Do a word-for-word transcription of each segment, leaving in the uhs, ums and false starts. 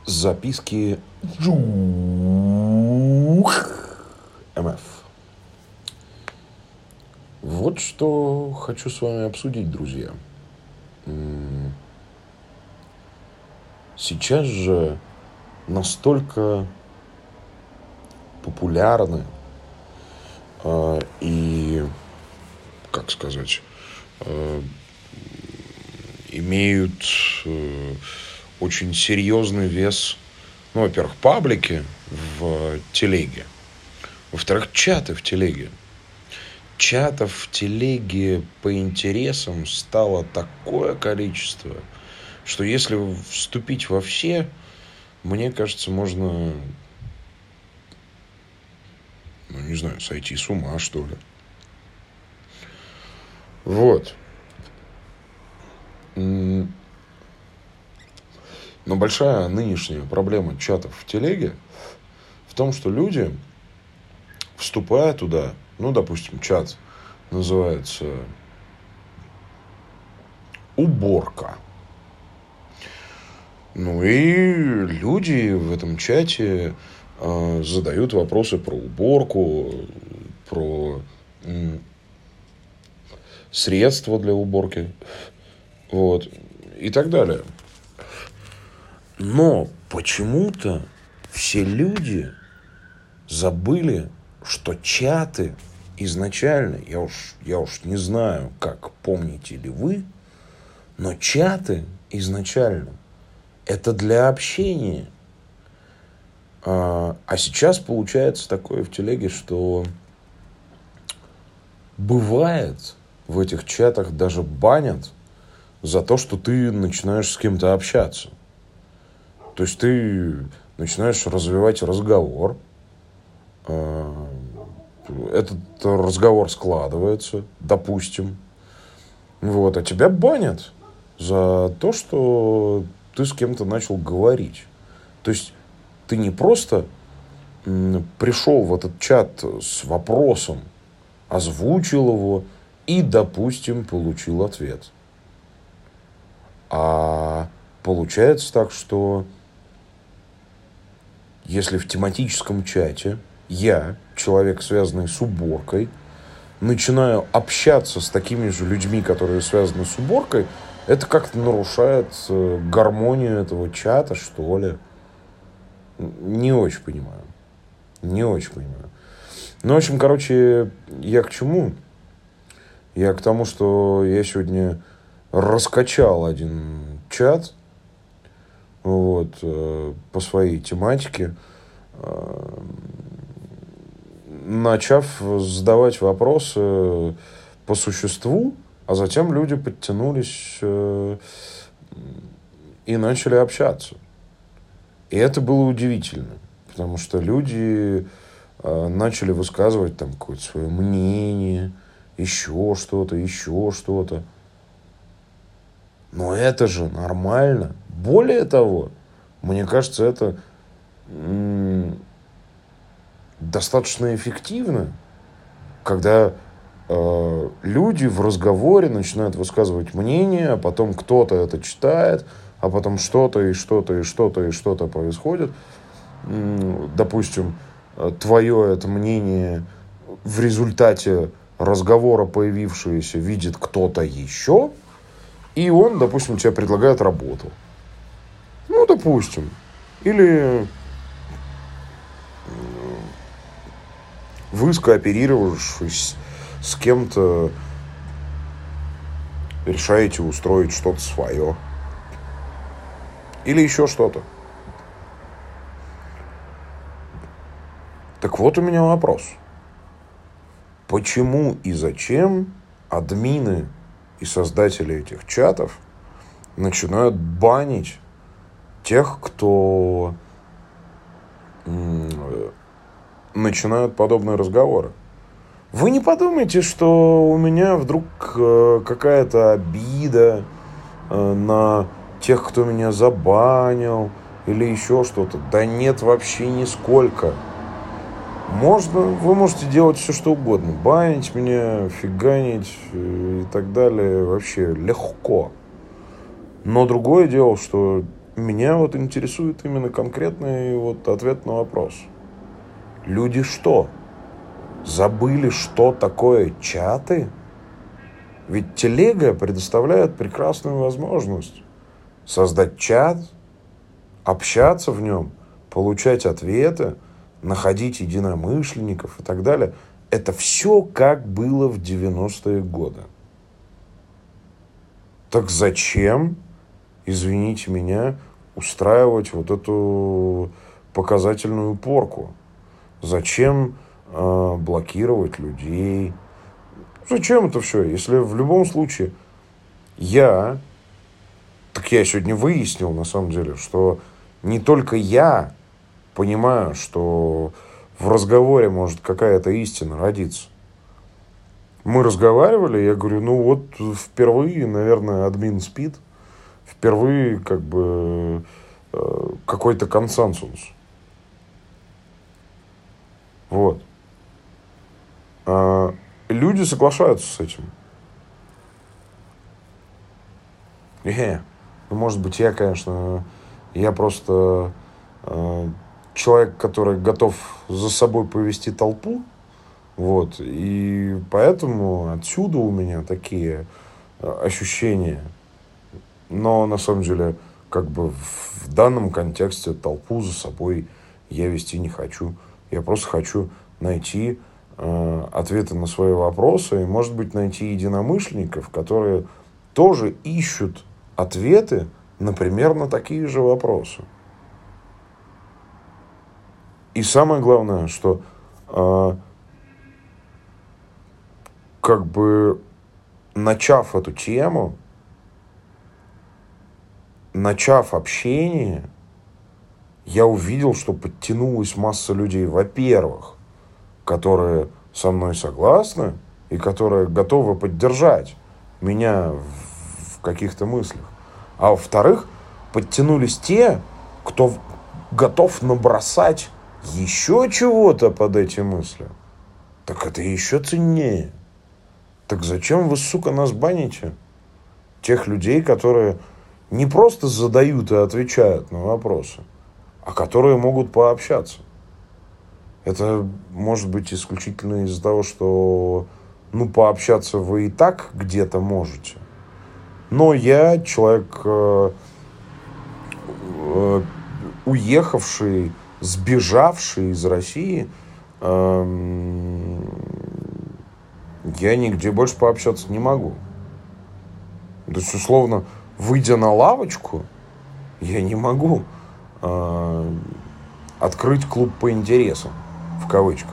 Записки эм эф. Вот что хочу с вами обсудить, друзья. Сейчас же настолько популярны э, и, как сказать, э, имеют э, очень серьезный вес, ну, во-первых, паблики в телеге, во-вторых, чаты в телеге. Чатов в телеге по интересам стало такое количество, что если вступить во все, мне кажется, можно, ну, не знаю, сойти с ума, что ли. Вот. Но большая нынешняя проблема чатов в телеге в том, что люди, вступая туда, ну, допустим, чат называется «Уборка». Ну и люди в этом чате э, задают вопросы про уборку, про м, средства для уборки, вот, и так далее. Но почему-то все люди забыли, что чаты изначально, я уж, я уж не знаю, как помните ли вы, но чаты изначально это для общения. А, а сейчас получается такое в телеге, что бывает в этих чатах даже банят за то, что ты начинаешь с кем-то общаться. То есть ты начинаешь развивать разговор. Этот разговор складывается, допустим. Вот, а тебя банят за то, что ты с кем-то начал говорить. То есть ты не просто пришел в этот чат с вопросом, озвучил его и, допустим, получил ответ. А получается так, что если в тематическом чате я, человек, связанный с уборкой, начинаю общаться с такими же людьми, которые связаны с уборкой, это как-то нарушает гармонию этого чата, что ли. Не очень понимаю. Не очень понимаю. Ну, в общем, короче, я к чему? Я к тому, что я сегодня раскачал один чат, вот, по своей тематике, начав задавать вопросы по существу, а затем люди подтянулись э, и начали общаться. И это было удивительно, потому что люди э, начали высказывать там какое-то свое мнение, еще что-то, еще что-то. Но это же нормально. Более того, мне кажется, это м- достаточно эффективно, когда э, люди в разговоре начинают высказывать мнение, а потом кто-то это читает, а потом что-то и что-то и что-то и что-то происходит. М- допустим, твое это мнение в результате разговора появившееся видит кто-то еще, и он, допустим, тебе предлагает работу. Ну, допустим. Или вы, скооперировавшись с кем-то, решаете устроить что-то свое. Или еще что-то. Так вот у меня вопрос. Почему и зачем админы и создатели этих чатов начинают банить тех, кто м- начинают подобные разговоры? Вы не подумайте, что у меня вдруг э, какая-то обида э, на тех, кто меня забанил, или еще что-то. Да нет, вообще нисколько. Можно, вы можете делать все, что угодно. Банить меня, фиганить и так далее. Вообще легко. Но другое дело, что меня вот интересует именно конкретный вот ответ на вопрос. Люди что, забыли, что такое чаты? Ведь телега предоставляет прекрасную возможность создать чат, общаться в нем, получать ответы, находить единомышленников и так далее. Это все как было в девяностые годы. Так зачем, извините меня, устраивать вот эту показательную порку? Зачем э, блокировать людей? Зачем это все? Если в любом случае я, так я сегодня выяснил на самом деле, что не только я понимаю, что в разговоре может какая-то истина родиться. Мы разговаривали, я говорю, ну вот впервые, наверное, админ спит, впервые как бы э, какой-то консенсус. Вот. А люди соглашаются с этим. Э, ну, может быть, я, конечно, я просто э, человек, который готов за собой повести толпу. Вот. И поэтому отсюда у меня такие ощущения. Но на самом деле, как бы в данном контексте толпу за собой я вести не хочу. Я просто хочу найти э, ответы на свои вопросы и, может быть, найти единомышленников, которые тоже ищут ответы, например, на такие же вопросы. И самое главное, что э, как бы начав эту тему, начав общение, я увидел, что подтянулась масса людей, во-первых, которые со мной согласны и которые готовы поддержать меня в каких-то мыслях. А во-вторых, подтянулись те, кто готов набросать еще чего-то под эти мысли. Так это еще ценнее. Так зачем вы, сука, нас баните? Тех людей, которые не просто задают и отвечают на вопросы, а которые могут пообщаться. Это может быть исключительно из-за того, что ну, пообщаться вы и так где-то можете. Но я человек, э, э, уехавший, сбежавший из России, э, я нигде больше пообщаться не могу. То есть, условно, выйдя на лавочку, я не могу э, открыть клуб по интересам, в кавычках.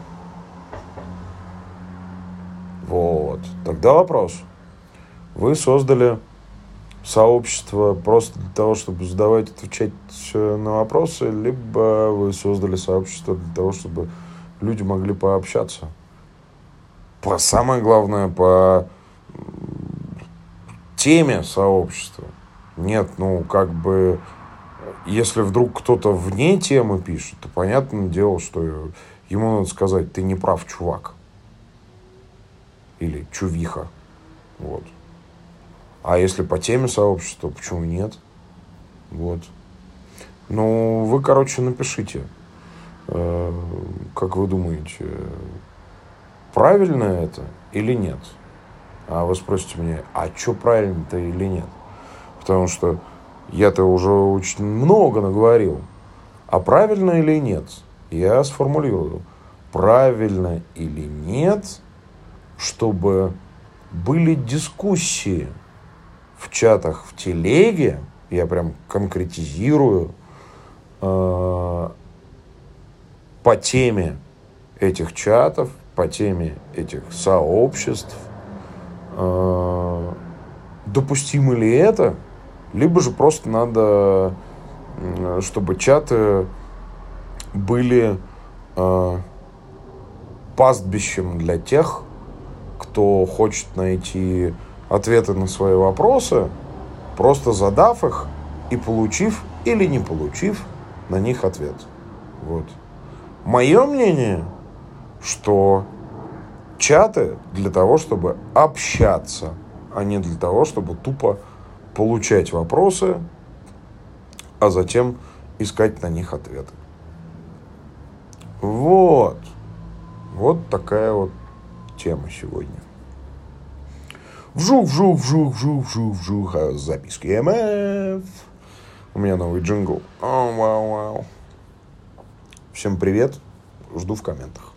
Вот. Тогда вопрос. Вы создали сообщество просто для того, чтобы задавать, отвечать на вопросы, либо вы создали сообщество для того, чтобы люди могли пообщаться. По, самое главное, по теме сообщества. Нет, ну, как бы, если вдруг кто-то вне темы пишет, то понятное дело, что ему надо сказать, ты не прав, чувак. Или чувиха. Вот. А если по теме сообщества, почему нет? Вот. Ну, вы, короче, напишите. Э, как вы думаете, правильно это или нет? А вы спросите меня, а что правильно-то или нет? Потому что я-то уже очень много наговорил. А правильно или нет? Я сформулирую. Правильно или нет, чтобы были дискуссии в чатах в телеге, я прям конкретизирую, э, по теме этих чатов, по теме этих сообществ, э, допустимо ли это, либо же просто надо, чтобы чаты были э, пастбищем для тех, кто хочет найти ответы на свои вопросы, просто задав их и получив или не получив на них ответ. Вот. Мое мнение, что чаты для того, чтобы общаться, а не для того, чтобы тупо получать вопросы а затем искать на них ответы. Вот. Вот такая вот тема сегодня. Вжух, вжух, вжух, вжух, вжух, вжух. А записки эм эф. У меня новый джингл. О, вау, вау. Всем привет. Жду в комментах.